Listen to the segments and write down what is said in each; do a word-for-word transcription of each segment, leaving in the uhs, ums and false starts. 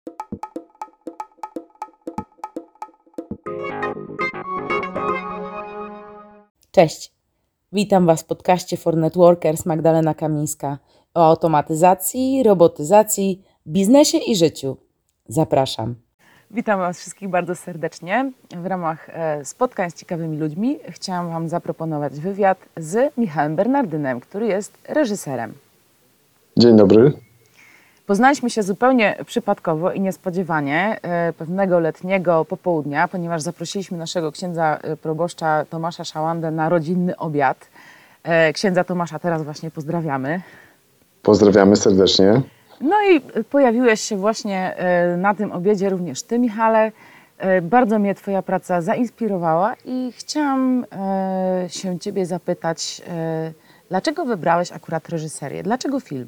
Cześć, witam Was w podcaście For Networkers Magdalena Kamińska o automatyzacji, robotyzacji, biznesie i życiu. Zapraszam. Witam Was wszystkich bardzo serdecznie. W ramach spotkań z ciekawymi ludźmi chciałam Wam zaproponować wywiad z Michałem Bernardynem, który jest reżyserem. Dzień dobry. Poznaliśmy się zupełnie przypadkowo i niespodziewanie pewnego letniego popołudnia, ponieważ zaprosiliśmy naszego księdza proboszcza Tomasza Szaładę na rodzinny obiad. Księdza Tomasza teraz właśnie pozdrawiamy. Pozdrawiamy serdecznie. No i pojawiłeś się właśnie na tym obiedzie również Ty, Michale. Bardzo mnie Twoja praca zainspirowała i chciałam się Ciebie zapytać, dlaczego wybrałeś akurat reżyserię? Dlaczego film?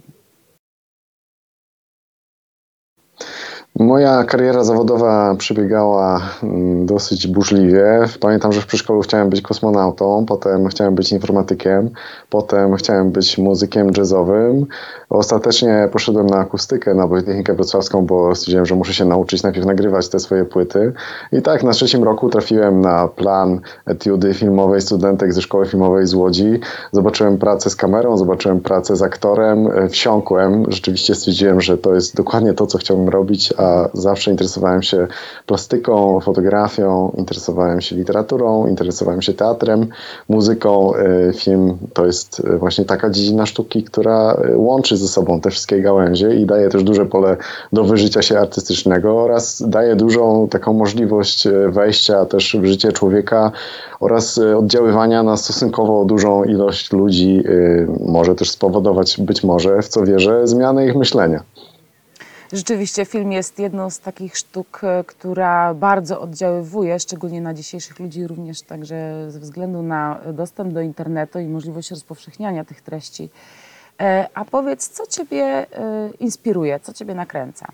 Moja kariera zawodowa przebiegała dosyć burzliwie. Pamiętam, że w przedszkolu chciałem być kosmonautą, potem chciałem być informatykiem, potem chciałem być muzykiem jazzowym. Ostatecznie poszedłem na akustykę, na Politechnikę Wrocławską, bo stwierdziłem, że muszę się nauczyć najpierw nagrywać te swoje płyty. I tak na trzecim roku trafiłem na plan etiudy filmowej studentek ze Szkoły Filmowej z Łodzi. Zobaczyłem pracę z kamerą, zobaczyłem pracę z aktorem, wsiąkłem. Rzeczywiście stwierdziłem, że to jest dokładnie to, co chciałbym robić, a zawsze interesowałem się plastyką, fotografią, interesowałem się literaturą, interesowałem się teatrem, muzyką. Film to jest właśnie taka dziedzina sztuki, która łączy ze sobą te wszystkie gałęzie i daje też duże pole do wyżycia się artystycznego oraz daje dużą taką możliwość wejścia też w życie człowieka oraz oddziaływania na stosunkowo dużą ilość ludzi, może też spowodować, być może, w co wierzę, zmianę ich myślenia. Rzeczywiście film jest jedną z takich sztuk, która bardzo oddziaływuje, szczególnie na dzisiejszych ludzi, również także ze względu na dostęp do internetu i możliwość rozpowszechniania tych treści. A powiedz, co Ciebie inspiruje, co Ciebie nakręca?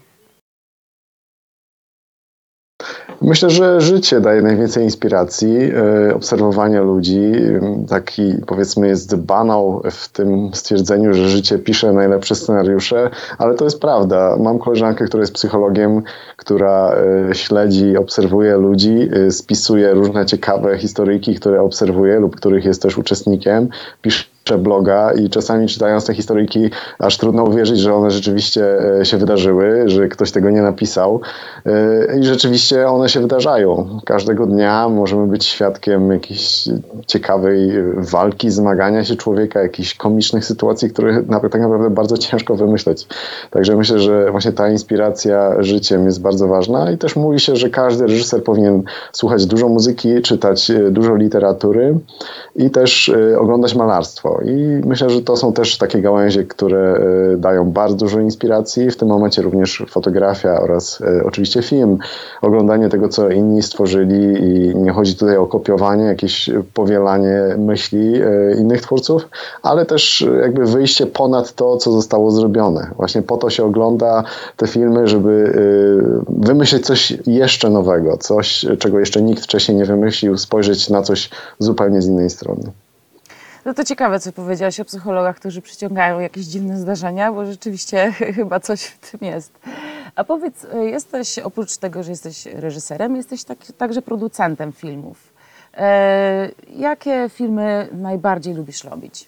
Myślę, że życie daje najwięcej inspiracji, obserwowanie ludzi. Taki, powiedzmy, jest banał w tym stwierdzeniu, że życie pisze najlepsze scenariusze, ale to jest prawda. Mam koleżankę, która jest psychologiem, która śledzi, obserwuje ludzi, spisuje różne ciekawe historyjki, które obserwuje lub których jest też uczestnikiem, pisze bloga i czasami czytając te historyjki aż trudno uwierzyć, że one rzeczywiście się wydarzyły, że ktoś tego nie napisał i rzeczywiście one się wydarzają. Każdego dnia możemy być świadkiem jakiejś ciekawej walki, zmagania się człowieka, jakichś komicznych sytuacji, które tak naprawdę bardzo ciężko wymyśleć. Także myślę, że właśnie ta inspiracja życiem jest bardzo ważna i też mówi się, że każdy reżyser powinien słuchać dużo muzyki, czytać dużo literatury i też oglądać malarstwo. I myślę, że to są też takie gałęzie, które dają bardzo dużo inspiracji. W tym momencie również fotografia oraz oczywiście film, oglądanie tego, co inni stworzyli i nie chodzi tutaj o kopiowanie, jakieś powielanie myśli innych twórców, ale też jakby wyjście ponad to, co zostało zrobione. Właśnie po to się ogląda te filmy, żeby wymyślić coś jeszcze nowego, coś, czego jeszcze nikt wcześniej nie wymyślił, spojrzeć na coś zupełnie z innej strony. No to ciekawe, co powiedziałaś o psychologach, którzy przyciągają jakieś dziwne zdarzenia, bo rzeczywiście chyba coś w tym jest. A powiedz, jesteś, oprócz tego, że jesteś reżyserem, jesteś tak, także producentem filmów. E, jakie filmy najbardziej lubisz robić?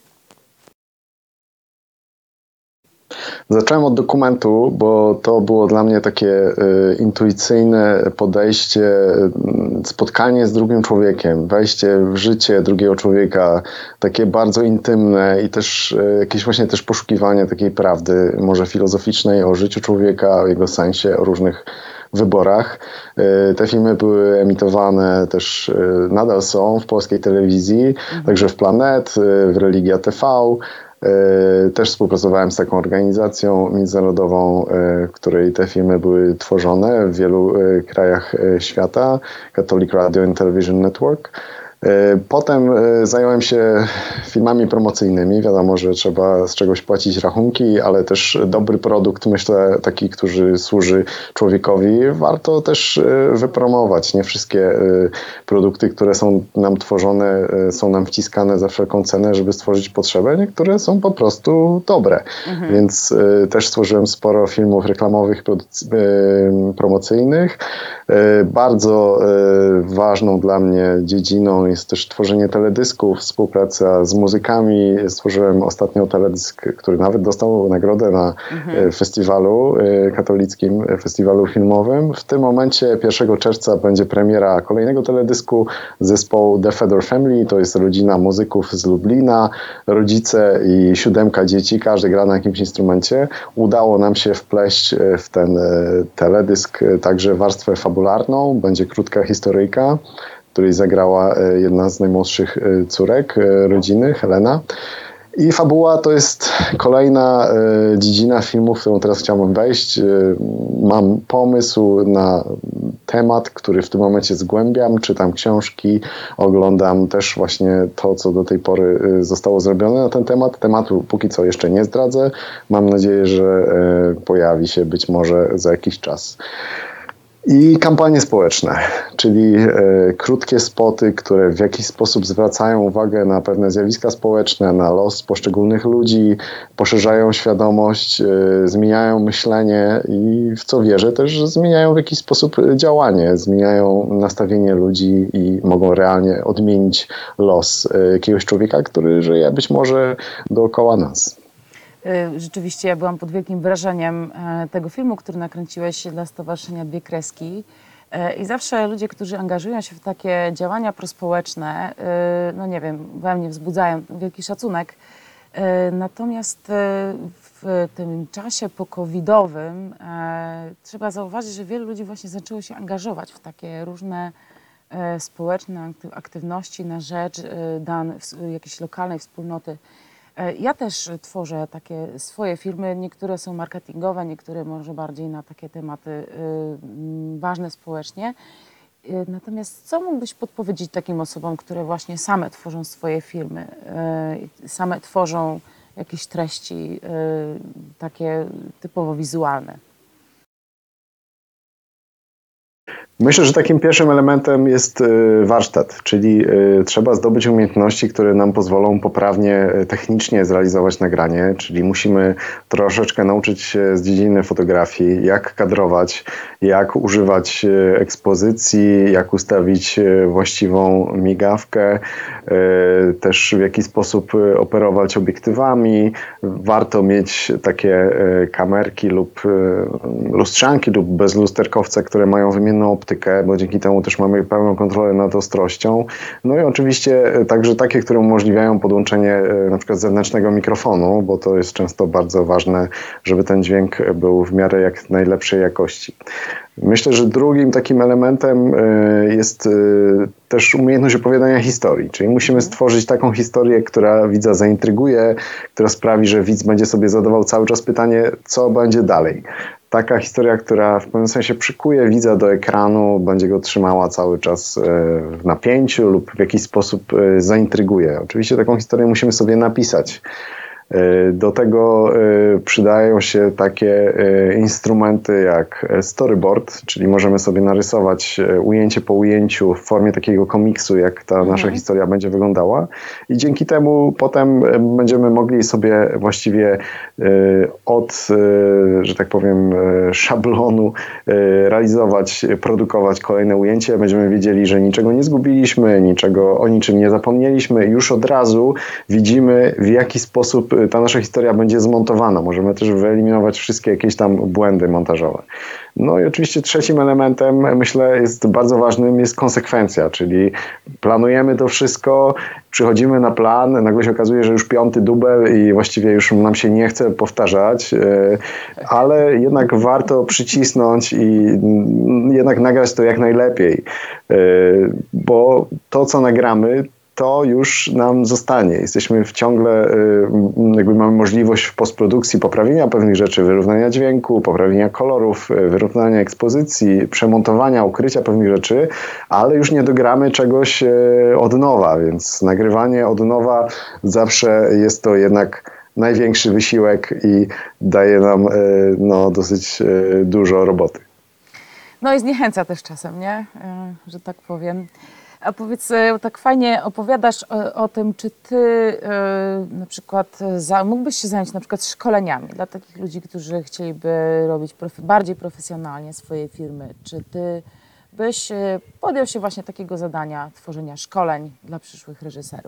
Zacząłem od dokumentu, bo to było dla mnie takie y, intuicyjne podejście, y, spotkanie z drugim człowiekiem, wejście w życie drugiego człowieka, takie bardzo intymne i też y, jakieś właśnie też poszukiwanie takiej prawdy, może filozoficznej o życiu człowieka, o jego sensie, o różnych wyborach. Y, te filmy były emitowane też, y, nadal są w polskiej telewizji, mhm. także w Planet, y, w Religia T V. Też współpracowałem z taką organizacją międzynarodową, w której te filmy były tworzone w wielu krajach świata, Catholic Radio and Television Network. Potem zająłem się filmami promocyjnymi. Wiadomo, że trzeba z czegoś płacić rachunki, ale też dobry produkt, myślę, taki, który służy człowiekowi, warto też wypromować. Nie wszystkie produkty, które są nam tworzone, są nam wciskane za wszelką cenę, żeby stworzyć potrzebę. Niektóre są po prostu dobre. Mhm. Więc też stworzyłem sporo filmów reklamowych, promocyjnych. Bardzo ważną dla mnie dziedziną jest też tworzenie teledysków, współpraca z muzykami. Stworzyłem ostatnio teledysk, który nawet dostał nagrodę na mhm. festiwalu katolickim, festiwalu filmowym. W tym momencie pierwszego czerwca będzie premiera kolejnego teledysku zespołu The Fedor Family. To jest rodzina muzyków z Lublina, rodzice i siódemka dzieci, każdy gra na jakimś instrumencie. Udało nam się wpleść w ten teledysk także warstwę fabularną. Będzie krótka historyjka, której zagrała jedna z najmłodszych córek rodziny, Helena. I fabuła to jest kolejna dziedzina filmu, w którą teraz chciałbym wejść. Mam pomysł na temat, który w tym momencie zgłębiam, czytam książki, oglądam też właśnie to, co do tej pory zostało zrobione na ten temat. Tematu póki co jeszcze nie zdradzę. Mam nadzieję, że pojawi się być może za jakiś czas. I kampanie społeczne, czyli e, krótkie spoty, które w jakiś sposób zwracają uwagę na pewne zjawiska społeczne, na los poszczególnych ludzi, poszerzają świadomość, e, zmieniają myślenie i w co wierzę też zmieniają w jakiś sposób działanie, zmieniają nastawienie ludzi i mogą realnie odmienić los e, jakiegoś człowieka, który żyje być może dookoła nas. Rzeczywiście ja byłam pod wielkim wrażeniem tego filmu, który nakręciłeś dla Stowarzyszenia Dwie Kreski. I zawsze ludzie, którzy angażują się w takie działania prospołeczne, no nie wiem, we mnie wzbudzają wielki szacunek. Natomiast w tym czasie po-covidowym trzeba zauważyć, że wielu ludzi właśnie zaczęło się angażować w takie różne społeczne aktywności na rzecz dan jakiejś lokalnej wspólnoty. Ja też tworzę takie swoje firmy, niektóre są marketingowe, niektóre może bardziej na takie tematy y, ważne społecznie. Y, natomiast co mógłbyś podpowiedzieć takim osobom, które właśnie same tworzą swoje firmy, y, same tworzą jakieś treści y, takie typowo wizualne? Myślę, że takim pierwszym elementem jest warsztat, czyli trzeba zdobyć umiejętności, które nam pozwolą poprawnie technicznie zrealizować nagranie, czyli musimy troszeczkę nauczyć się z dziedziny fotografii, jak kadrować, jak używać ekspozycji, jak ustawić właściwą migawkę, też w jaki sposób operować obiektywami. Warto mieć takie kamerki lub lustrzanki lub bezlusterkowce, które mają wymienną optykę, bo dzięki temu też mamy pełną kontrolę nad ostrością. No i oczywiście także takie, które umożliwiają podłączenie na przykład zewnętrznego mikrofonu, bo to jest często bardzo ważne, żeby ten dźwięk był w miarę jak najlepszej jakości. Myślę, że drugim takim elementem jest też umiejętność opowiadania historii, czyli musimy stworzyć taką historię, która widza zaintryguje, która sprawi, że widz będzie sobie zadawał cały czas pytanie, co będzie dalej. Taka historia, która w pewnym sensie przykuje widza do ekranu, będzie go trzymała cały czas w napięciu lub w jakiś sposób zaintryguje. Oczywiście taką historię musimy sobie napisać. Do tego przydają się takie instrumenty jak storyboard, czyli możemy sobie narysować ujęcie po ujęciu w formie takiego komiksu, jak ta mhm. nasza historia będzie wyglądała i dzięki temu potem będziemy mogli sobie właściwie od, że tak powiem, szablonu realizować, produkować kolejne ujęcie. Będziemy wiedzieli, że niczego nie zgubiliśmy, niczego, o niczym nie zapomnieliśmy. Już od razu widzimy, w jaki sposób ta nasza historia będzie zmontowana. Możemy też wyeliminować wszystkie jakieś tam błędy montażowe. No i oczywiście trzecim elementem, myślę, jest bardzo ważnym, jest konsekwencja, czyli planujemy to wszystko, przychodzimy na plan, nagle się okazuje, że już piąty dubel i właściwie już nam się nie chce powtarzać, ale jednak warto przycisnąć i jednak nagrać to jak najlepiej, bo to, co nagramy, to już nam zostanie. Jesteśmy w ciągle, jakby mamy możliwość w postprodukcji poprawienia pewnych rzeczy, wyrównania dźwięku, poprawienia kolorów, wyrównania ekspozycji, przemontowania, ukrycia pewnych rzeczy, ale już nie dogramy czegoś od nowa, więc nagrywanie od nowa zawsze jest to jednak największy wysiłek i daje nam no, dosyć dużo roboty. No i zniechęca też czasem, nie? Że tak powiem. A powiedz, tak fajnie opowiadasz o, o tym, czy ty yy, na przykład za, mógłbyś się zająć na przykład szkoleniami dla takich ludzi, którzy chcieliby robić profi, bardziej profesjonalnie swoje firmy. Czy ty byś podjął się właśnie takiego zadania tworzenia szkoleń dla przyszłych reżyserów?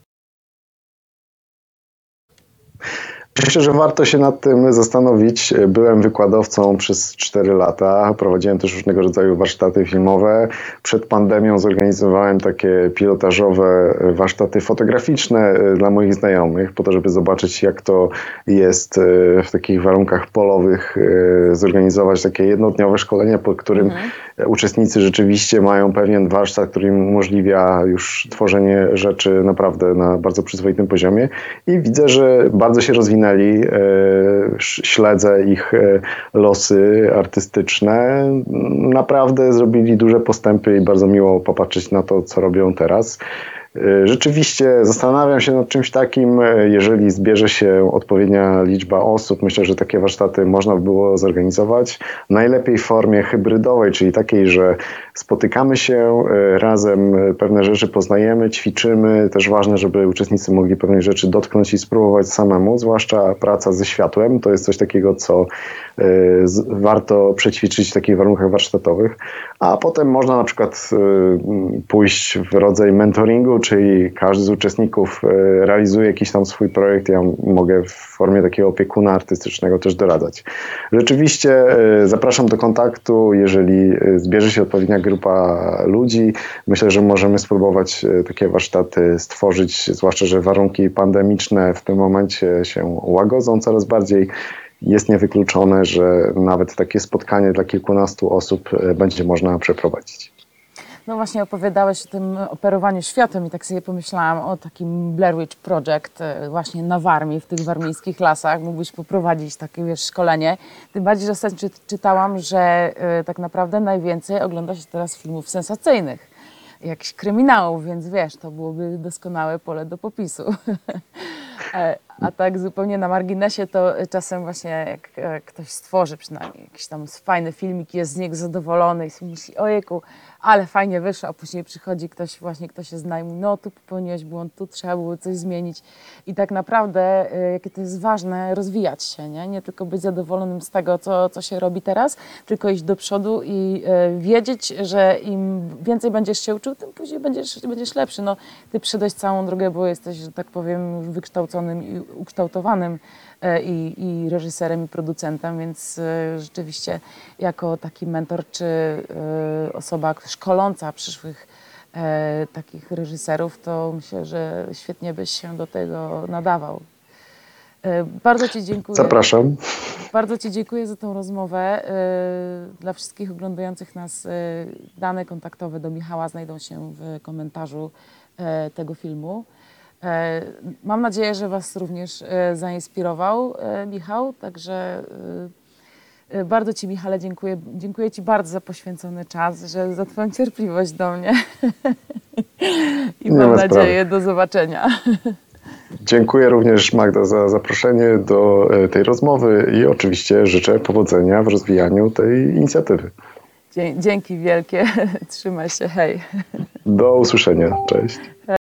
Myślę, że warto się nad tym zastanowić. Byłem wykładowcą przez cztery lata, prowadziłem też różnego rodzaju warsztaty filmowe. Przed pandemią zorganizowałem takie pilotażowe warsztaty fotograficzne dla moich znajomych, po to, żeby zobaczyć, jak to jest w takich warunkach polowych zorganizować takie jednodniowe szkolenia, po którym mhm. uczestnicy rzeczywiście mają pewien warsztat, który im umożliwia już tworzenie rzeczy naprawdę na bardzo przyzwoitym poziomie i widzę, że bardzo się rozwinęli. Śledzę ich losy artystyczne. Naprawdę zrobili duże postępy i bardzo miło popatrzeć na to, co robią teraz. Rzeczywiście zastanawiam się nad czymś takim, jeżeli zbierze się odpowiednia liczba osób. Myślę, że takie warsztaty można by było zorganizować. Najlepiej w formie hybrydowej, czyli takiej, że spotykamy się razem, pewne rzeczy poznajemy, ćwiczymy. Też ważne, żeby uczestnicy mogli pewnych rzeczy dotknąć i spróbować samemu, zwłaszcza praca ze światłem. To jest coś takiego, co warto przećwiczyć w takich warunkach warsztatowych. A potem można na przykład pójść w rodzaj mentoringu, czyli każdy z uczestników realizuje jakiś tam swój projekt, ja mogę w formie takiego opiekuna artystycznego też doradzać. Rzeczywiście zapraszam do kontaktu, jeżeli zbierze się odpowiednia grupa ludzi. Myślę, że możemy spróbować takie warsztaty stworzyć, zwłaszcza, że warunki pandemiczne w tym momencie się łagodzą coraz bardziej. Jest niewykluczone, że nawet takie spotkanie dla kilkunastu osób będzie można przeprowadzić. No właśnie opowiadałeś o tym operowaniu światłem i tak sobie pomyślałam o takim Blair Witch Project właśnie na Warmii, w tych warmińskich lasach. Mógłbyś poprowadzić takie, wiesz, szkolenie. Tym bardziej, że ostatnio czy, czytałam, że y, tak naprawdę najwięcej ogląda się teraz filmów sensacyjnych, jakichś kryminałów, więc wiesz, to byłoby doskonałe pole do popisu. A tak zupełnie na marginesie, to czasem właśnie jak ktoś stworzy przynajmniej jakiś tam fajny filmik, jest z niego zadowolony i sobie myśli, ojejku, ale fajnie wyszło, a później przychodzi ktoś, właśnie ktoś się zna i mówi, no tu popełniłeś błąd, tu trzeba było coś zmienić. I tak naprawdę, jakie to jest ważne, rozwijać się, nie? Nie tylko być zadowolonym z tego, co, co się robi teraz, tylko iść do przodu i y, wiedzieć, że im więcej będziesz się uczył, tym później będziesz, będziesz lepszy. No, ty przeszedłeś całą drogę, bo jesteś, że tak powiem, wykształconym i ukształtowanym i, i reżyserem, i producentem, więc rzeczywiście jako taki mentor, czy osoba szkoląca przyszłych takich reżyserów, to myślę, że świetnie byś się do tego nadawał. Bardzo Ci dziękuję. Zapraszam. Bardzo Ci dziękuję za tą rozmowę. Dla wszystkich oglądających nas dane kontaktowe do Michała znajdą się w komentarzu tego filmu. Mam nadzieję, że Was również zainspirował Michał, także bardzo Ci, Michale, dziękuję. Dziękuję Ci bardzo za poświęcony czas, że za Twoją cierpliwość do mnie i mam nadzieję do zobaczenia. Dziękuję również, Magda, za zaproszenie do tej rozmowy i oczywiście życzę powodzenia w rozwijaniu tej inicjatywy. Dzięki wielkie, trzymaj się, hej. Do usłyszenia, cześć.